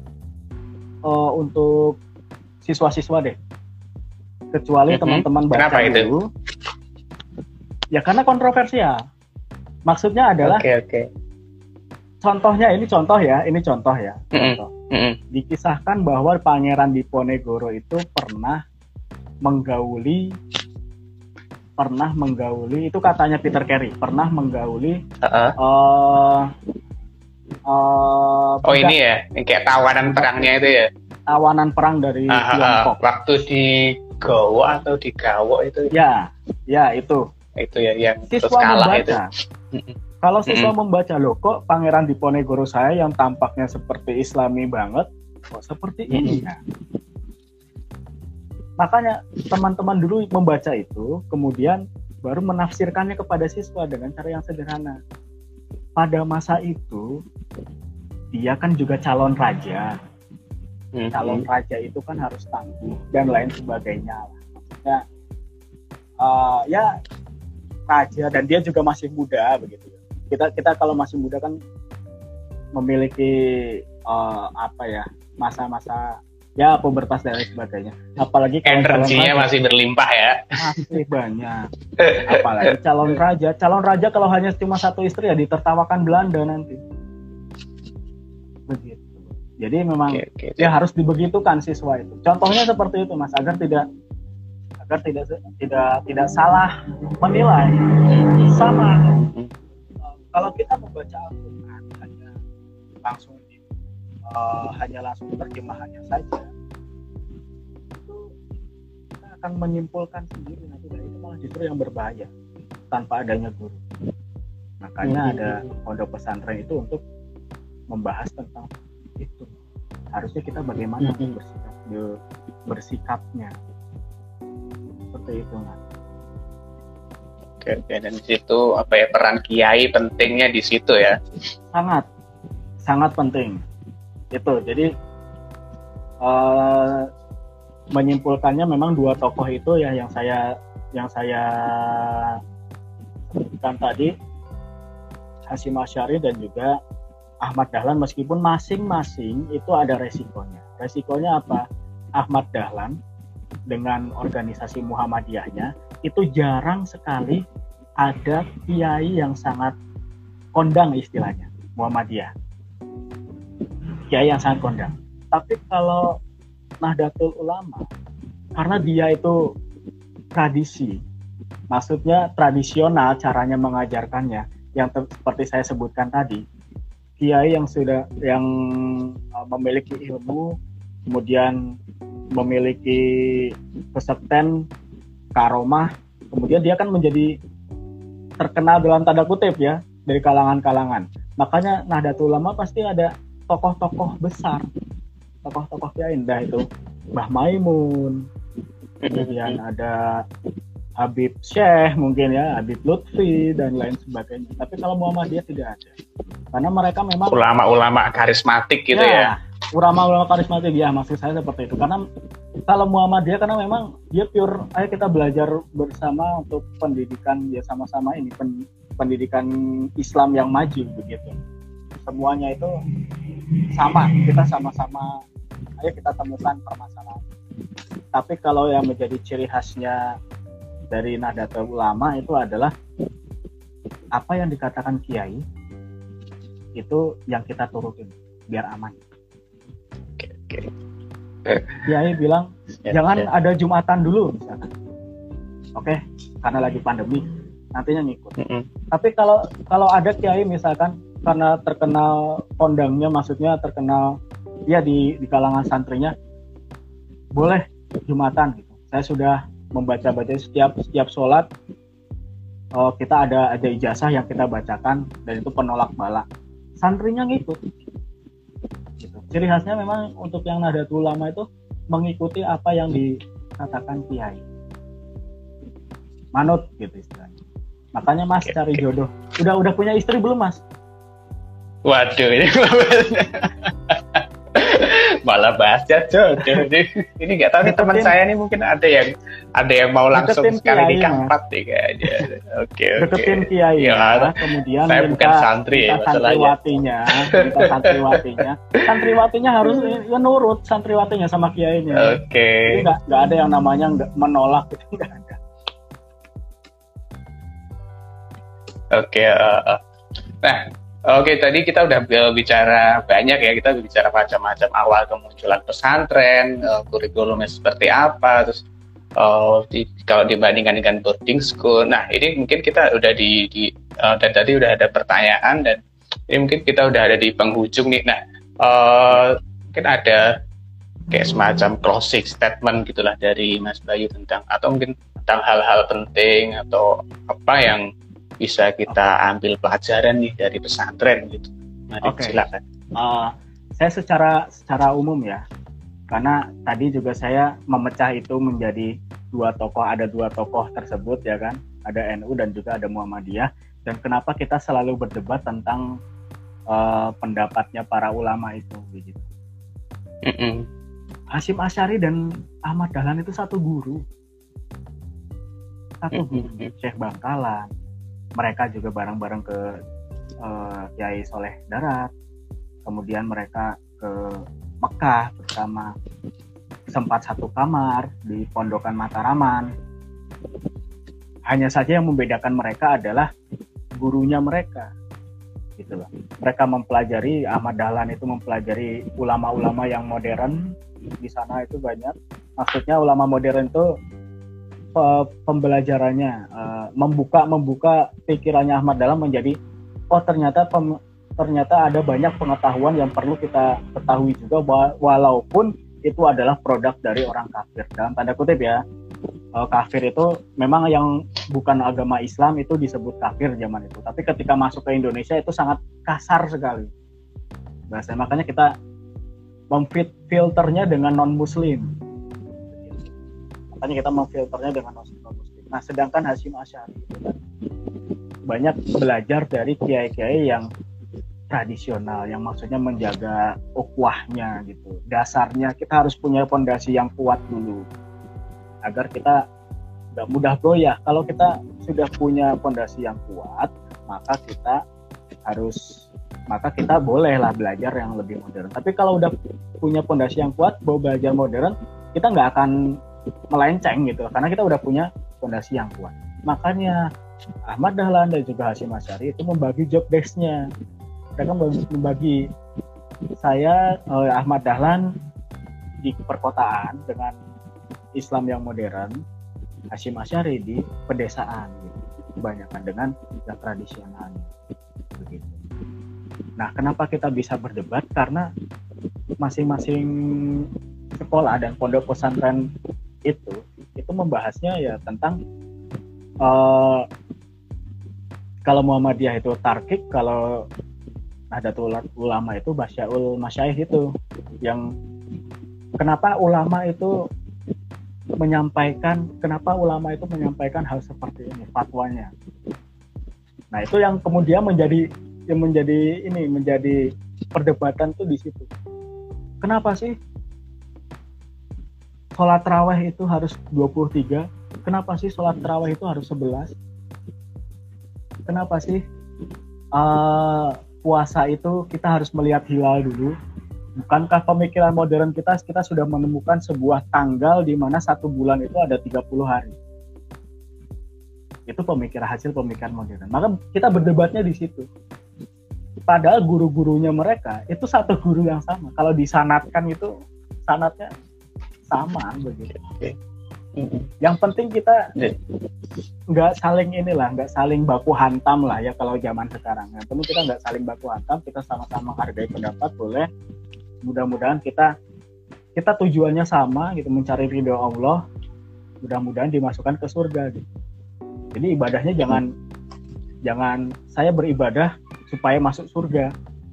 siswa-siswa deh. Kecuali teman-teman baca dulu. Ya karena kontroversial. Maksudnya adalah contohnya ini contoh ya. Dikisahkan bahwa Pangeran Diponegoro itu pernah menggauli itu katanya Peter Carey pernah menggauli ini ya yang kayak tawanan perangnya itu ya, tawanan perang dari Tiongkok waktu di Gowa atau di Gawo itu ya itu ya yang siswa membaca itu. Kalau siswa membaca, loh kok Pangeran Diponegoro saya yang tampaknya seperti Islami banget, kok seperti ini ya? Makanya teman-teman dulu membaca itu, kemudian baru menafsirkannya kepada siswa dengan cara yang sederhana. Pada masa itu, dia kan juga calon raja. Calon raja itu kan harus tangguh dan lain sebagainya. Maksudnya, ya raja dan dia juga masih muda begitu. Kita kalau masih muda kan memiliki masa-masa ya pubertas dan lain sebagainya. Apalagi kalau energinya masih berlimpah ya. Masih banyak. Apalagi calon raja kalau hanya cuma satu istri ya ditertawakan Belanda nanti. Begitu. Jadi memang ya harus dibegitukan siswa itu. Contohnya seperti itu Mas, agar tidak salah menilai. Sama kalau kita membaca Al-Quran hanya langsung terjemahannya saja, itu kita akan menyimpulkan sendiri nanti, dan itu malah justru yang berbahaya tanpa adanya guru. Makanya ada pondok pesantren itu untuk membahas tentang itu. Harusnya kita bagaimana bersikapnya seperti itu Mas. Oke, dan di situ peran kiai pentingnya di situ ya. Sangat penting. Itu. Jadi menyimpulkannya memang dua tokoh itu ya yang saya sebutkan tadi, Hasyim Asy'ari dan juga Ahmad Dahlan, meskipun masing-masing itu ada resikonya. Resikonya apa? Ahmad Dahlan dengan organisasi Muhammadiyahnya itu jarang sekali ada kiai yang sangat kondang istilahnya Muhammadiyah, kiai yang sangat kondang. Tapi kalau Nahdlatul Ulama, karena dia itu tradisi, maksudnya tradisional caranya mengajarkannya, yang seperti saya sebutkan tadi, kiai yang memiliki ilmu, kemudian memiliki kesekten, karomah, kemudian dia kan menjadi terkenal dalam tanda kutip ya dari kalangan-kalangan. Makanya Nahdlatul Ulama pasti ada tokoh-tokoh besar, tokoh-tokoh kiai, entah itu Mbah Maimun, kemudian ada Habib Syekh mungkin ya, Habib Lutfi dan lain sebagainya. Tapi kalau Muhammadiyah tidak ada, karena mereka memang ulama-ulama karismatik gitu ya. Ulama-ulama karismatik ya, maksud saya seperti itu. Karena kalau Muhammadiyah karena memang dia pure, ayo kita belajar bersama untuk pendidikan ya sama-sama ini pendidikan Islam yang maju begitu. Semuanya itu sama, kita sama-sama ayo kita temukan permasalahan. Tapi kalau yang menjadi ciri khasnya dari Nahdlatul Ulama itu adalah apa yang dikatakan kiai itu yang kita turutin. biar aman. Oke. Kiai bilang jangan ada Jumatan dulu misalkan. Oke, karena lagi pandemi nantinya ngikut. Tapi kalau ada kiai misalkan karena terkenal kondangnya, maksudnya terkenal dia di kalangan santrinya, boleh Jumatan gitu. Saya sudah membaca-baca setiap sholat, kita ada ijazah yang kita bacakan dan itu penolak bala. Santrinya ngikut. Gitu. Ciri khasnya memang untuk yang Nahdlatul Ulama itu mengikuti apa yang dikatakan kiai. Manut gitu istilahnya. Makanya Mas cari jodoh. Udah punya istri belum Mas? Waduh, ini malah bahas jodoh. Ini nggak tahu nih teman saya nih mungkin ada yang mau langsung sekali nikah 4 nih kayaknya. Oke. Deketin kiai ya. Kemudian saya bukan santri ya masalahnya. Santriwatinya harus nurut santriwatinya sama kiainya. Oke. Jadi nggak ada yang namanya menolak itu nggak ada. Oke. Nah. Oke, tadi kita udah bicara banyak ya, kita bicara macam-macam awal kemunculan pesantren, kurikulumnya seperti apa, terus kalau dibandingkan dengan boarding school. Nah, ini mungkin kita udah dan tadi udah ada pertanyaan dan ini mungkin kita udah ada di penghujung nih. Nah, mungkin ada kayak semacam closing statement gitulah dari Mas Bayu tentang hal-hal penting atau apa yang bisa kita ambil pelajaran nih dari pesantren gitu. Mari silakan. Saya secara umum ya, karena tadi juga saya memecah itu menjadi ada dua tokoh tersebut ya kan, ada NU dan juga ada Muhammadiyah. Dan kenapa kita selalu berdebat tentang pendapatnya para ulama itu, gitu. Hasyim Asy'ari dan Ahmad Dahlan itu satu guru, Syekh Bangkalan. Mereka juga bareng-bareng ke Kiai Soleh Darat, kemudian mereka ke Mekah bersama, sempat satu kamar di Pondokan Mataraman. Hanya saja yang membedakan mereka adalah gurunya mereka, gitu loh. Mereka mempelajari, Ahmad Dahlan itu mempelajari ulama-ulama yang modern di sana itu banyak. Maksudnya ulama modern itu pembelajarannya membuka pikirannya Ahmad Dahlan menjadi ternyata ada banyak pengetahuan yang perlu kita ketahui juga, walaupun itu adalah produk dari orang kafir dalam tanda kutip ya. Kafir itu memang yang bukan agama Islam itu disebut kafir zaman itu, tapi ketika masuk ke Indonesia itu sangat kasar sekali bahasa, makanya kita memfilternya dengan non muslim. Makanya kita memfilternya dengan non-muslim. Nah, sedangkan Hasyim Asy'ari itu kan banyak belajar dari kiai-kiai yang tradisional, yang maksudnya menjaga ukhuwahnya gitu. Dasarnya kita harus punya fondasi yang kuat dulu, agar kita nggak mudah goyah. Kalau kita sudah punya fondasi yang kuat, maka kita bolehlah belajar yang lebih modern. Tapi kalau udah punya fondasi yang kuat, mau belajar modern, kita nggak akan melenceng gitu, karena kita udah punya fondasi yang kuat. Makanya Ahmad Dahlan dan juga Hasyim Asy'ari itu membagi job desk-nya. Mereka membagi, saya Ahmad Dahlan di perkotaan dengan Islam yang modern, Hasyim Asy'ari di pedesaan gitu, kebanyakan dengan yang tradisional begitu. Nah, kenapa kita bisa berdebat? Karena masing-masing sekolah dan pondok pesantren itu membahasnya ya tentang kalau Muhammadiyah itu tarkik, kalau Nahdlatul Ulama itu Basyaul Masyaikh itu, yang kenapa ulama itu menyampaikan hal seperti ini fatwanya. Nah, itu yang kemudian menjadi perdebatan tuh di situ. Kenapa sih sholat tarawih itu harus 23? Kenapa sih sholat tarawih itu harus 11? Kenapa sih puasa itu kita harus melihat hilal dulu? Bukankah pemikiran modern kita sudah menemukan sebuah tanggal di mana 1 bulan itu ada 30 hari? Itu hasil pemikiran modern. Maka kita berdebatnya di situ. padahal guru-gurunya mereka itu satu guru yang sama. Kalau disanatkan itu sanatnya sama begitu. Yang penting kita nggak saling baku hantam lah ya kalau zaman sekarang. Yang penting kita nggak saling baku hantam, kita sama-sama hargai pendapat boleh. Mudah-mudahan kita tujuannya sama gitu, mencari ridho Allah. Mudah-mudahan dimasukkan ke surga gitu. Jadi ibadahnya jangan saya beribadah supaya masuk surga.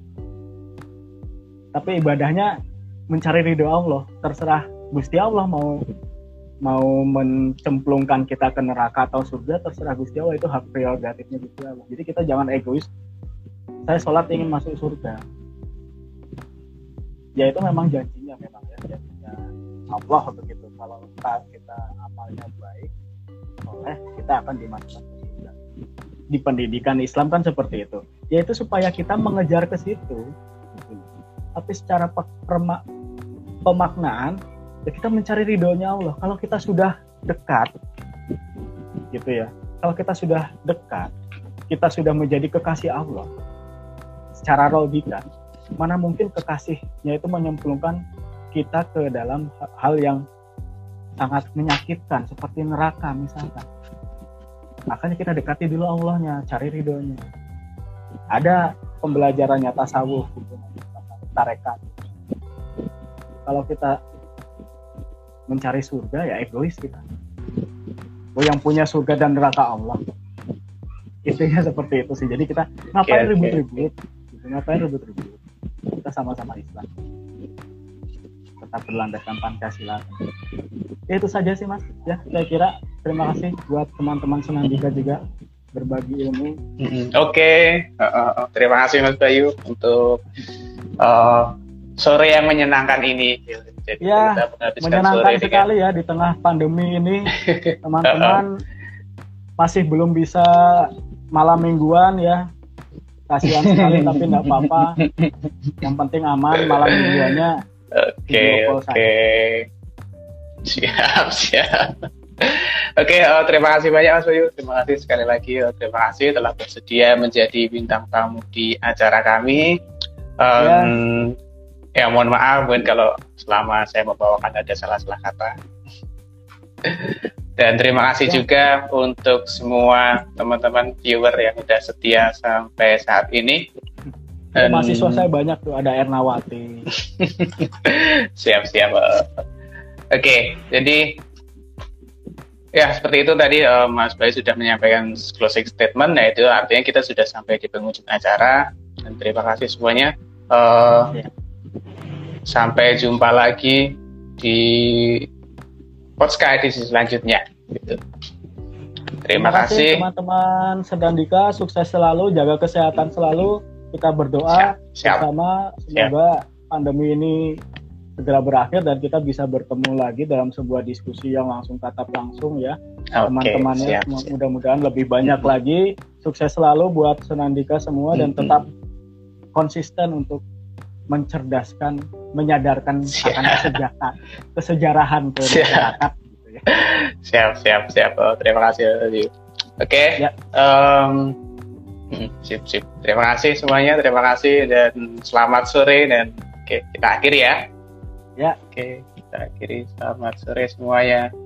Tapi ibadahnya mencari ridho Allah. Terserah Gusti Allah mau mencemplungkan kita ke neraka atau surga, terserah Gusti Allah, itu hak prerogatifnya Gusti Allah. Jadi kita jangan egois. Saya sholat ingin masuk surga. Ya itu memang janjinya Allah begitu. Kalau kita amalnya baik, oleh kita akan dimasukkan ke surga. Di pendidikan Islam kan seperti itu. Yaitu supaya kita mengejar ke situ. Tapi secara pemaknaan ya kita mencari ridhonya Allah. Kalau kita sudah dekat gitu ya, kalau kita sudah dekat, kita sudah menjadi kekasih Allah secara logika, mana mungkin kekasihnya itu menyemplungkan kita ke dalam hal yang sangat menyakitkan seperti neraka misalkan. Makanya kita dekati dulu Allahnya, cari ridhonya. Ada pembelajarannya tasawuf gitu, tarekat. Kalau kita mencari surga ya egois kita. Yang punya surga dan neraka Allah. Intinya seperti itu sih. Jadi kita ngapain ribut-ribut? Ngapain ribut-ribut? Kita sama-sama Islam. Tetap berlandaskan Pancasila. Ya, itu saja sih Mas. Ya, saya kira terima kasih buat teman-teman Senandika juga berbagi ilmu. Oke. Terima kasih Mas Bayu untuk sore yang menyenangkan ini. Jadi ya, menyenangkan sekali ya di tengah pandemi ini. Teman-teman masih belum bisa malam mingguan ya. Kasihan sekali tapi enggak apa-apa. Yang penting aman malam mingguannya. Oke. Siap. Oke, terima kasih banyak Mas Bayu. Terima kasih sekali lagi. Terima kasih telah bersedia menjadi bintang tamu di acara kami. Ya mohon maaf mungkin kalau selama saya membawakan ada salah-salah kata. Dan terima kasih juga untuk semua teman-teman viewer yang sudah setia sampai saat ini. Dan mahasiswa saya banyak tuh, ada Ernawati. Siap. Oke, jadi ya seperti itu tadi Mas Bayu sudah menyampaikan closing statement, yaitu artinya kita sudah sampai di penghujung acara. Dan terima kasih semuanya. Sampai jumpa lagi di podcast edisi selanjutnya. Gitu. Terima kasih teman-teman Senandika, sukses selalu, jaga kesehatan selalu. Kita berdoa bersama semoga pandemi ini segera berakhir dan kita bisa bertemu lagi dalam sebuah diskusi yang langsung tatap langsung ya. Teman-temannya mudah-mudahan lebih banyak lagi. Sukses selalu buat Senandika semua dan tetap konsisten untuk mencerdaskan, menyadarkan akan kesejarahan ke masyarakat. Gitu ya. Siap. Terima kasih. Oke. Ya. Sip. Terima kasih semuanya. Terima kasih dan selamat sore dan kita akhiri ya. Ya. Oke, kita akhiri. Selamat sore semuanya.